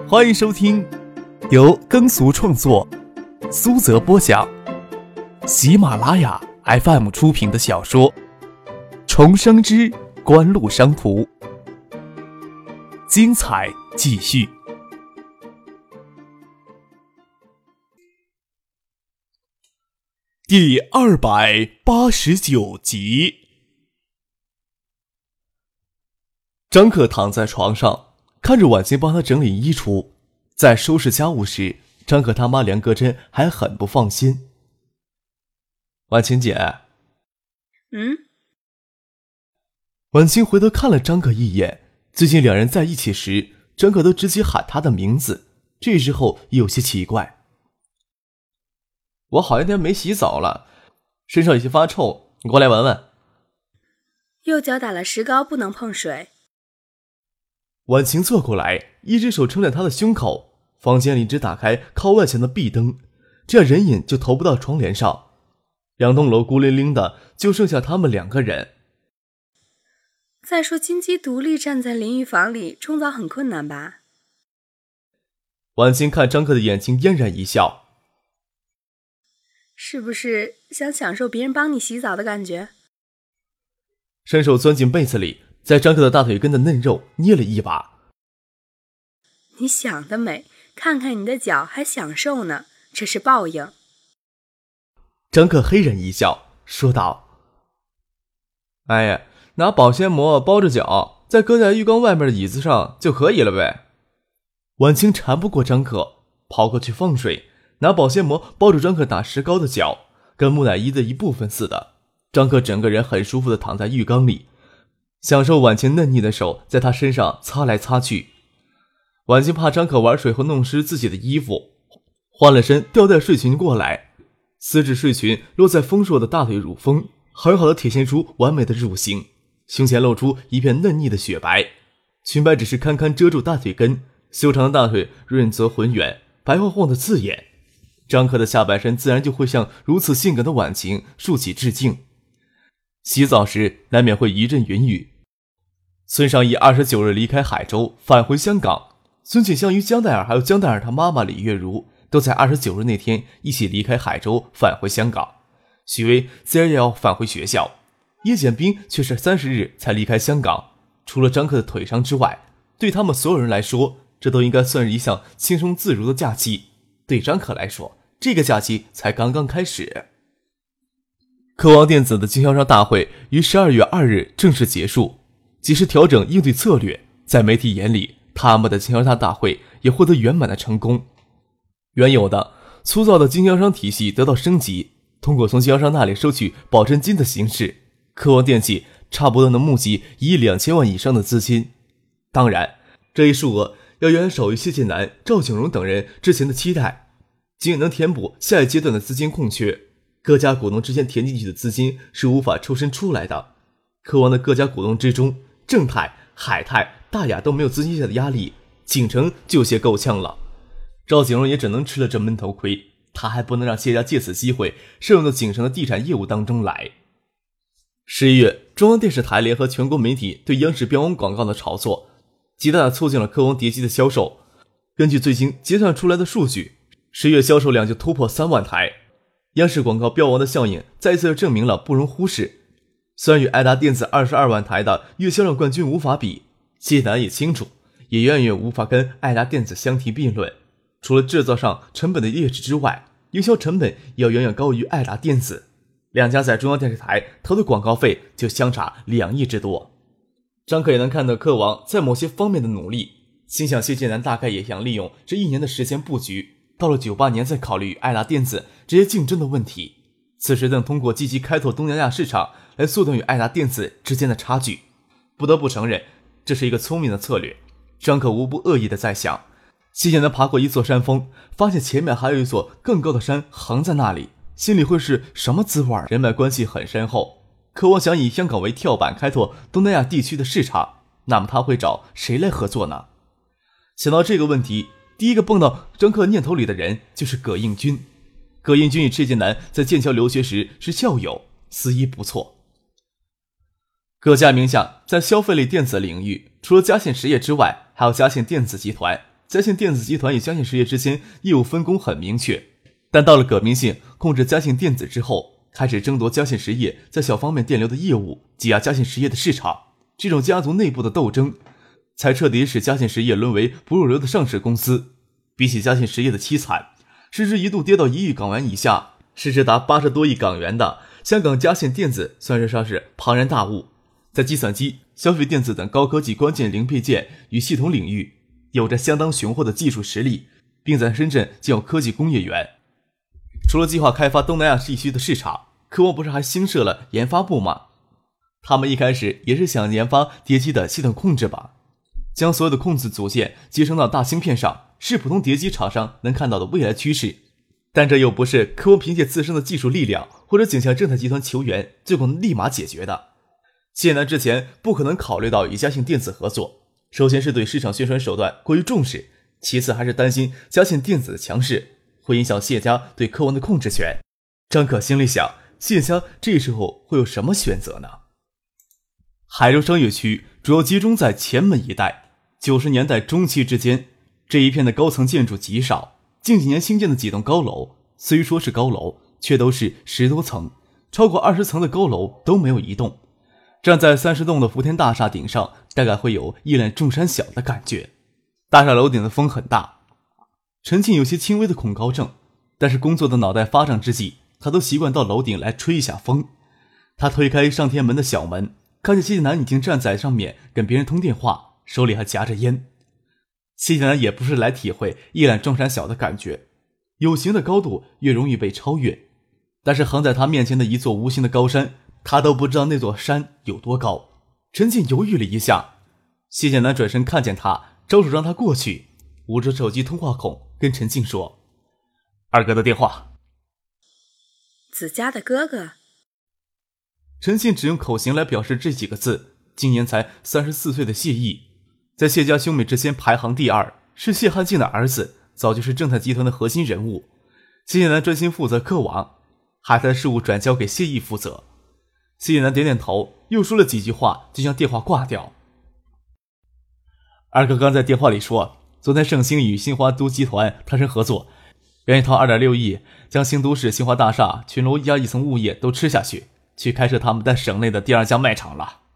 欢迎收听由耕俗创作、苏泽播讲、喜马拉雅 FM 出品的小说《重生之官路商途》，精彩继续。第289集。张克躺在床上，看着婉清帮他整理衣橱，在收拾家务时，张克他妈梁格珍还很不放心。婉清姐。婉清回头看了张克一眼，最近两人在一起时，张克都直接喊他的名字，这时候有些奇怪。我好些天没洗澡了，身上有些发臭，你过来闻闻。 右脚打了石膏，不能碰水。 婉晴坐过来，一只手撑在他的胸口，房间里只打开靠外墙的壁灯，这样人影就投不到窗帘上。两栋楼孤零零的，就剩下他们两个人。 再说金鸡独立站在淋浴房里冲澡很困难吧？ 婉晴看张克的眼睛嫣然一笑。 是不是想享受别人帮你洗澡的感觉？ 伸手钻进被子里，在张克的大腿根的嫩肉捏了一把。 你想得美，看看你的脚还享受呢，这是报应。 张克嘿然一笑，说道：哎呀，拿保鲜膜包着脚，再搁在浴缸外面的椅子上就可以了呗。婉清缠不过张克，跑过去放水，拿保鲜膜包住张克打石膏的脚，跟木乃伊的一部分似的。张克整个人很舒服地躺在浴缸里，享受婉晴嫩腻的手在他身上擦来擦去。婉晴怕张克玩水后弄湿自己的衣服，换了身吊带睡裙过来，丝质睡裙落在丰硕的大腿乳峰，很好地体现出完美的乳型，胸前露出一片嫩腻的雪白，裙摆只是堪堪遮住大腿根，修长的大腿润泽浑圆，白晃晃的刺眼。张克的下半身自然就会向如此性感的婉晴竖起致敬。洗澡时难免会一阵云雨。孙尚义29日离开海州返回香港，孙锦香与江黛儿还有江黛儿她妈妈李月如都在29日那天一起离开海州返回香港。许巍自然也要返回学校，叶简冰却是30日才离开香港。除了张克的腿伤之外，对他们所有人来说，这都应该算是一项轻松自如的假期。对张克来说，这个假期才刚刚开始。科王电子的经销商大会于12月2日正式结束，及时调整应对策略，在媒体眼里，他们的经销商大会也获得圆满的成功。原有的粗糙的经销商体系得到升级，通过从经销商那里收取保证金的形式，科王电器差不多能募集1亿2000万以上的资金。当然，这一数额要远少于谢建南、赵景荣等人之前的期待，仅能填补下一阶段的资金空缺。各家股东之前填进去的资金是无法抽身出来的。科王的各家股东之中，正泰、海泰、大雅都没有资金下的压力，景城就些够呛了。赵景荣也只能吃了这闷头亏，他还不能让谢家借此机会渗入到景城的地产业务当中来。11月，中央电视台联合全国媒体对央视标王广告的炒作，极大地促进了科王碟机的销售。根据最新结算出来的数据，10月销售量就突破3万台。央视广告标王的效应再一次证明了不容忽视。虽然与爱达电子22万台的月销量冠军无法比，谢南也清楚，也远远无法跟爱达电子相提并论。除了制造上成本的劣势之外，营销成本也要远远高于爱达电子。两家在中央电视台投的广告费就相差2亿之多。张克也能看到科王在某些方面的努力，心想谢建南大概也想利用这1年的时间布局，到了98年再考虑爱达电子直接竞争的问题。此时正通过积极开拓东南亚市场来缩短与爱达电子之间的差距。不得不承认，这是一个聪明的策略。张克无不恶意的在想，谢建南爬过一座山峰，发现前面还有一座更高的山横在那里，心里会是什么滋味？人脉关系很深厚，科王想以香港为跳板开拓东南亚地区的市场，那么他会找谁来合作呢？想到这个问题，第一个蹦到张克念头里的人就是葛应军。葛应军与谢建南在剑桥留学时是校友，私谊不错。葛家名下在消费类电子领域，除了嘉信实业之外，还有嘉信电子集团、 嘉信电子集团与嘉信实业之间业务分工很明确，但到了葛明信控制嘉信电子之后，开始争夺嘉信实业在小方面电流的业务，挤压嘉信实业的市场。这种家族内部的斗争，才彻底使嘉信实业沦为不入流的上市公司。比起嘉信实业的凄惨，市值一度跌到1亿港元以下，市值达80多亿港元的香港嘉信电子算得上是庞然大物，在计算机、消费电子等高科技关键零配件与系统领域有着相当雄厚的技术实力，并在深圳建有科技工业园。除了计划开发东南亚地区的市场，科沃不是还新设了研发部吗？他们一开始也是想研发碟机的系统控制吧，将所有的控制组件集成到大芯片上，是普通碟机厂商能看到的未来趋势。但这又不是科沃凭借自身的技术力量或者仅向正泰集团求援就能立马解决的。谢楠之前不可能考虑到与嘉信电子合作，首先是对市场宣传手段过于重视，其次还是担心嘉信电子的强势会影响谢家对科文的控制权。张可心里想，谢家这时候会有什么选择呢？海州商业区主要集中在前门一带，90年代中期之间，这一片的高层建筑极少，近几年新建的几栋高楼虽说是高楼，却都是10多层，超过20层的高楼都没有一栋。站在30栋的福田大厦顶上，大概会有一览众山小的感觉。大厦楼顶的风很大，陈庆有些轻微的恐高症，但是工作的脑袋发胀之际，他都习惯到楼顶来吹一下风。他推开上天门的小门，看见谢楠已经站在上面跟别人通电话，手里还夹着烟。谢楠也不是来体会一览众山小的感觉，有形的高度越容易被超越，但是横在他面前的一座无形的高山，他都不知道那座山有多高。陈静犹豫了一下，谢剑南转身看见他，招手让他过去，捂着手机通话孔跟陈静说：“二哥的电话。” 子佳的哥哥。 陈静只用口型来表示这几个字。今年才34岁的谢毅，在谢家兄妹之间排行第2，是谢汉进的儿子，早就是正泰集团的核心人物。谢剑南专心负责科网，海泰事务转交给谢毅负责。谢剑南点点头，又说了几句话，就将电话挂掉。二哥刚在电话里说，昨天盛兴与新华都集团谈成合作，愿意掏2.6亿，将新都市新华大厦群楼压一层物业都吃下去，去开设他们在省内的第2家卖场了。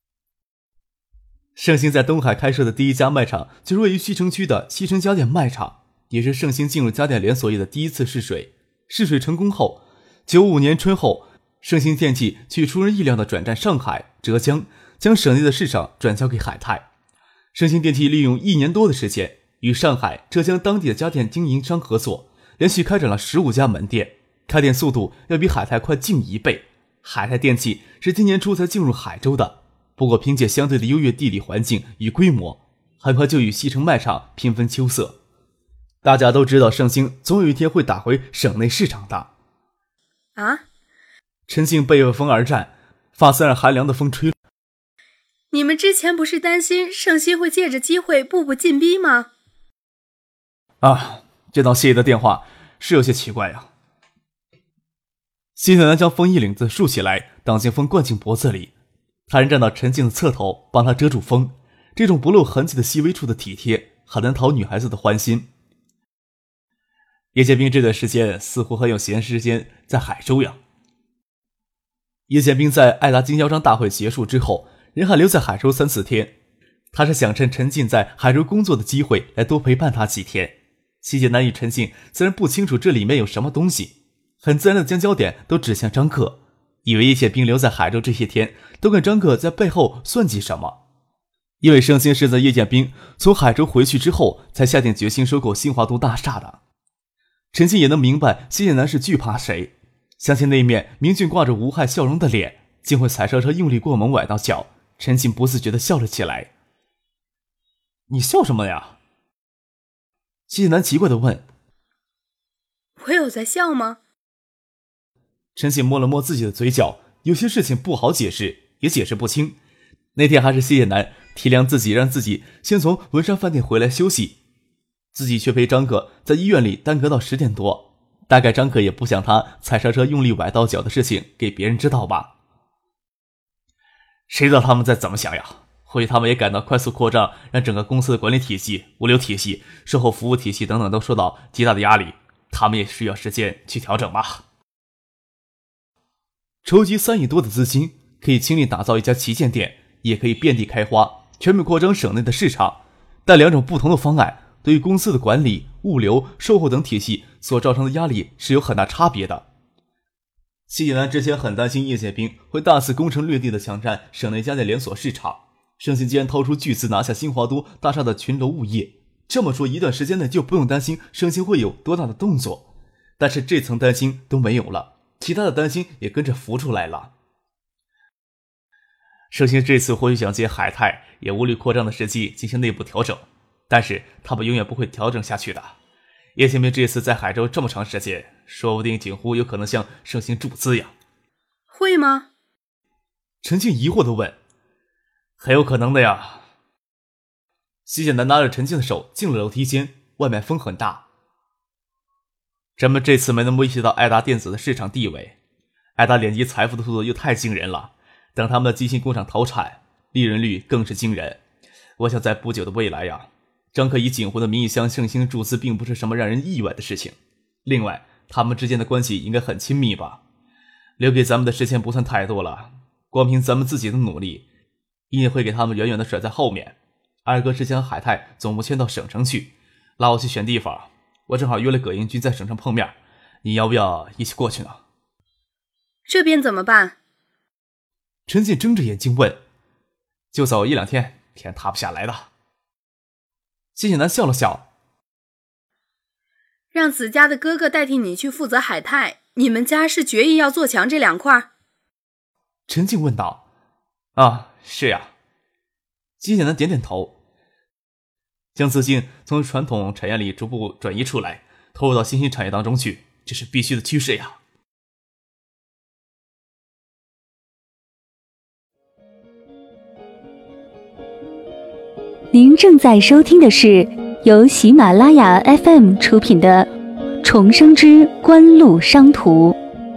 盛兴在东海开设的第1家卖场就是位于西城区的西城家电卖场，也是盛兴进入家电连锁业的第1次试水。试水成功后，95年春后，盛兴电器去出人意料地转战上海、浙江，将省内的市场转交给海泰。盛兴电器利用1年多的时间，与上海、浙江当地的家电经营商合作，连续开展了15家门店，开店速度要比海泰快近1倍。海泰电器是今年初才进入海州的，不过凭借相对的优越地理环境与规模，很快就与西城卖场平分秋色。大家都知道盛兴总有一天会打回省内市场的。 啊？ 陈静背着风而战，发丝让寒凉的风吹。 你们之前不是担心盛兴会借着机会步步进逼吗？ 啊，接到谢爷的电话是有些奇怪呀。谢奶奶将风衣领子竖起来，挡进风灌进脖子里。他人站到陈静的侧头，帮他遮住风。这种不露痕迹的细微处的体贴，很难讨女孩子的欢心。叶剑兵这段时间似乎很有闲时间在海州呀。叶剑兵在爱达经销商大会结束之后，人还留在海州3-4天。他是想趁陈静在海州工作的机会来多陪伴他几天。谢剑南与陈静自然不清楚这里面有什么东西，很自然的将焦点都指向张克，以为叶剑兵留在海州这些天都跟张克在背后算计什么。因为盛兴是在叶剑兵从海州回去之后才下定决心收购新华都大厦的。陈静也能明白谢剑南是惧怕谁，想起那面明俊挂着无害笑容的脸，竟会踩刹车用力过猛崴到脚，陈静不自觉地笑了起来。你笑什么呀？谢剑南奇怪地问。 我有在笑吗？ 陈静摸了摸自己的嘴角，有些事情不好解释，也解释不清。那天还是谢剑南体谅自己，让自己先从文山饭店回来休息，自己却陪张可在医院里耽搁到10点多。大概张可也不想他踩刹车用力崴到脚的事情给别人知道吧。谁知道他们在怎么想呀？ 或许他们也感到快速扩张让整个公司的管理体系、物流体系、售后服务体系等等都受到极大的压力，他们也需要时间去调整吧。筹集3亿多的资金，可以倾力打造一家旗舰店，也可以遍地开花，全面扩张省内的市场。但两种不同的方案对于公司的管理、物流、售后等体系所造成的压力是有很大差别的。谢晋南之前很担心叶剑兵会大肆攻城略地的抢占省内家电连锁市场，盛兴既然掏出巨资拿下新华都大厦的群楼物业，这么说一段时间内就不用担心盛兴会有多大的动作。但是这层担心都没有了，其他的担心也跟着浮出来了。盛兴这次或许想借海泰也无力扩张的时机进行内部调整，但是他们永远不会调整下去的。叶剑兵这次在海州这么长时间，说不定景湖有可能向盛兴注资呀。 会吗？ 陈静疑惑地问。很有可能的呀。谢剑南拿着陈静的手进了楼梯间，外面风很大。咱们这次没能威胁到爱达电子的市场地位，爱达累积财富的速度又太惊人了，等他们的机芯工厂投产，利润率更是惊人。我想在不久的未来呀，张克以景湖的名义向盛兴注资并不是什么让人意外的事情。另外，他们之间的关系应该很亲密吧？留给咱们的时间不算太多了，光凭咱们自己的努力，一定会给他们远远的甩在后面。二哥之前海泰总部迁到省城去，拉我去选地方，我正好约了葛英军在省城碰面，你要不要一起过去呢？ 这边怎么办？ 陈进睁着眼睛问。就走1-2天，天塌不下来的。谢谢南笑了笑。 让子家的哥哥代替你去负责海泰，你们家是决意要做强这2块？ 陈静问道。啊，是呀。谢谢南点点头。将资金从传统产业里逐步转移出来，投入到新兴产业当中去，这是必须的趋势呀。 您正在收听的是由喜马拉雅 FM 出品的《重生之官路商途》。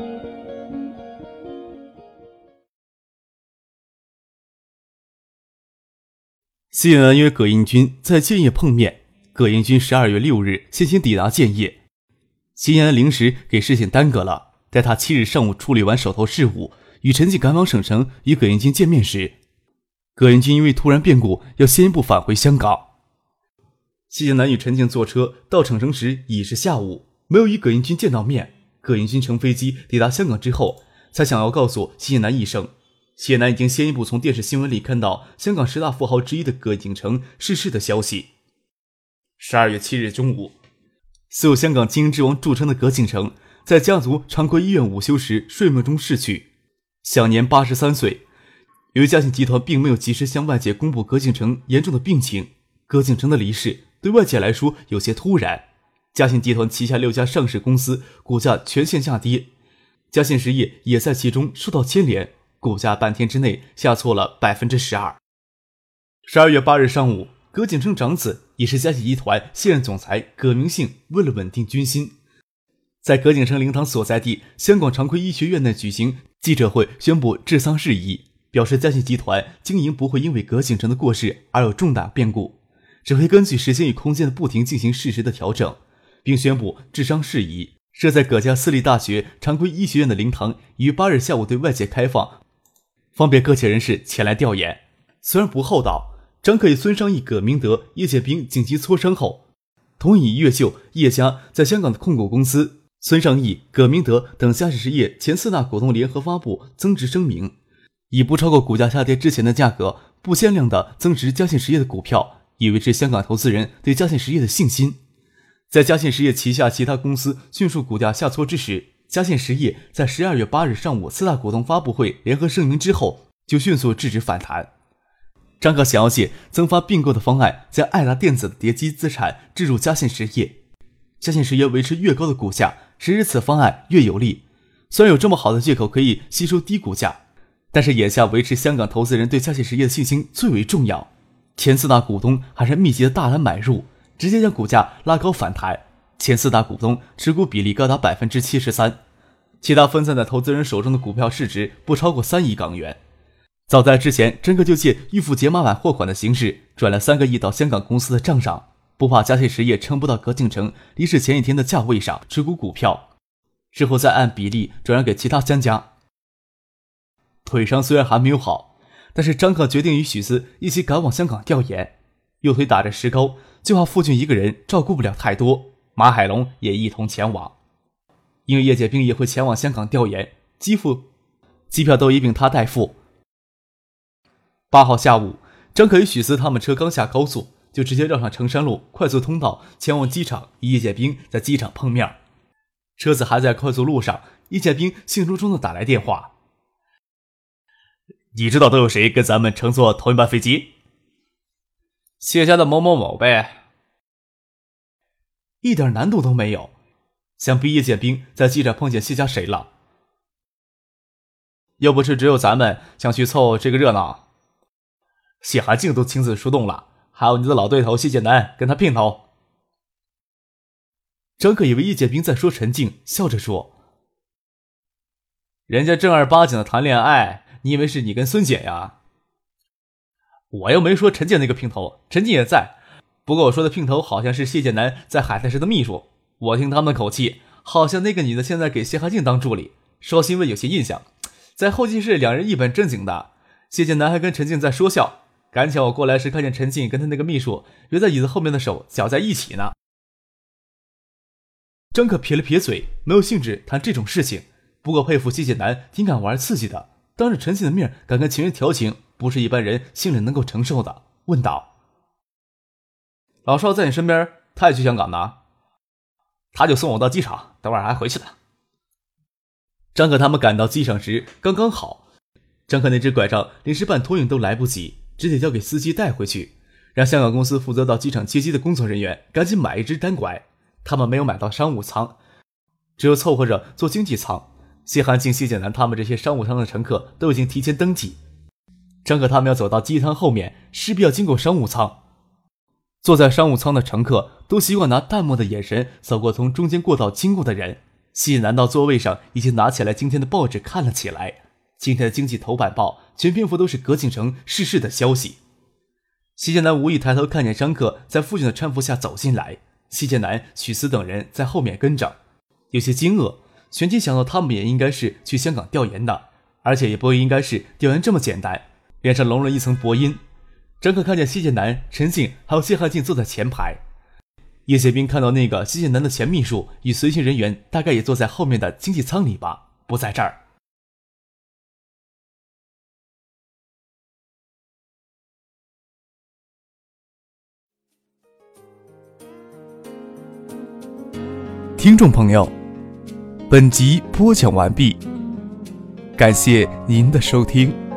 谢南约葛英军在建业碰面，葛英军12月6日先行抵达建业。谢南临时给事情耽搁了，待他7日上午处理完手头事务，与陈进赶往省城与葛英军见面时，葛英军因为突然变故要先一步返回香港。谢南与陈进坐车到省城时已是下午，没有与葛英军见到面。葛英军乘飞机抵达香港之后，才想要告诉谢南一声。谢南已经先一步从电视新闻里看到香港10大富豪之一的葛景成逝世的消息。12月7日中午，素有香港经营之王著称的葛景成在家族常规医院午休时睡梦中逝去，享年83岁。由于嘉信集团并没有及时向外界公布葛景成严重的病情，葛景成的离世对外界来说有些突然。嘉信集团旗下6家上市公司股价全线下跌，嘉信实业也在其中受到牵连，股价半天之内下挫了 12%。 12月8日上午，葛景成长子也是嘉信集团现任总裁葛明信为了稳定军心，在葛景成灵堂所在地香港常规医学院内举行记者会，宣布治丧事宜，表示嘉信集团经营不会因为葛景成的过世而有重大变故，只会根据时间与空间的不停进行适时的调整，并宣布治丧事宜设在葛家私立大学常规医学院的灵堂，于8日下午对外界开放，方便各界人士前来调研。虽然不厚道，张克与孙尚义、葛明德、叶剑兵紧急磋商后，同意越秀、叶家在香港的控股公司孙尚义、葛明德等嘉信实业前4大股东联合发布增值声明，以不超过股价下跌之前的价格，不限量的增值嘉信实业的股票，以维持香港投资人对嘉信实业的信心。在嘉信实业旗下其他公司迅速股价下挫之时，嘉信实业在12月8日上午4大股东发布会联合声明之后，就迅速制止反弹。张克想要借增发并购的方案，将爱达电子的叠机资产置入嘉信实业。嘉信实业维持越高的股价，实施此方案越有利。虽然有这么好的借口可以吸收低股价，但是眼下维持香港投资人对嘉信实业的信心最为重要。前4大股东还是密集的大胆买入，直接将股价拉高反弹。前4大股东持股比例高达 73%， 其他分散在投资人手中的股票市值不超过3亿港元。 早在之前，张克就借预付解码版货款的形式转了3个亿到香港公司的账上，不怕嘉信实业撑不到葛景成离世前一天的价位上持股股票，之后再按比例转让给其他商家。腿伤虽然还没有好，但是张克决定与许思一起赶往香港调研，右腿打着石膏，就怕父亲一个人照顾不了太多，马海龙也一同前往。因为叶剑兵也会前往香港调研，机票都一并他代付。8号下午，张可与许思他们车刚下高速，就直接绕上成山路快速通道前往机场，与叶剑兵在机场碰面。车子还在快速路上，叶剑兵兴冲冲地打来电话：你知道都有谁跟咱们乘坐同一班飞机？谢家的某某某呗。一点难度都没有，想必叶剑兵在机场碰见谢家谁了？又不是只有咱们想去凑这个热闹。谢寒静都亲自出动了，还有你的老对头谢剑南跟他姘头。张克以为叶剑兵在说陈静，笑着说：人家正儿八经的谈恋爱，你以为是你跟孙姐呀？我又没说陈静那个姘头，陈静也在，不过我说的姘头好像是谢剑南在海泰时的秘书，我听他们的口气，好像那个女的现在给谢寒静当助理，稍新闻有些印象。在候机室两人一本正经的，谢剑南还跟陈静在说笑，赶巧我过来时看见陈静跟他那个秘书约在椅子后面的手搅在一起呢。张可撇了撇嘴，没有兴致谈这种事情，不过佩服谢剑南挺敢玩刺激的，当着陈静的面敢跟情人调情，不是一般人心里能够承受的。问道：老少在你身边，他也去香港呢？他就送我到机场，等会儿还回去的。张可他们赶到机场时刚刚好，张可那只拐杖连时半托运都来不及，只得交给司机带回去，让香港公司负责到机场接机的工作人员赶紧买一只单拐。他们没有买到商务舱，只有凑合着坐经济舱。谢寒静、谢剑南他们这些商务舱的乘客都已经提前登记，张可他们要走到机舱后面，势必要经过商务舱。坐在商务舱的乘客都习惯拿淡漠的眼神扫过从中间过道经过的人。谢剑南到座位上已经拿起来今天的报纸看了起来，今天的经济头版报全篇幅都是葛景成逝世的消息。谢剑南无意抬头看见张克在父亲的搀扶下走进来，谢剑南、许思等人在后面跟着，有些惊愕，旋即想到他们也应该是去香港调研的，而且也不应该是调研这么简单，脸上笼了一层薄阴。张克看见谢剑南、陈静还有谢汉静坐在前排，叶剑兵看到那个谢剑南的前秘书与随行人员大概也坐在后面的经济舱里吧，不在这儿。听众朋友，本集播讲完毕，感谢您的收听。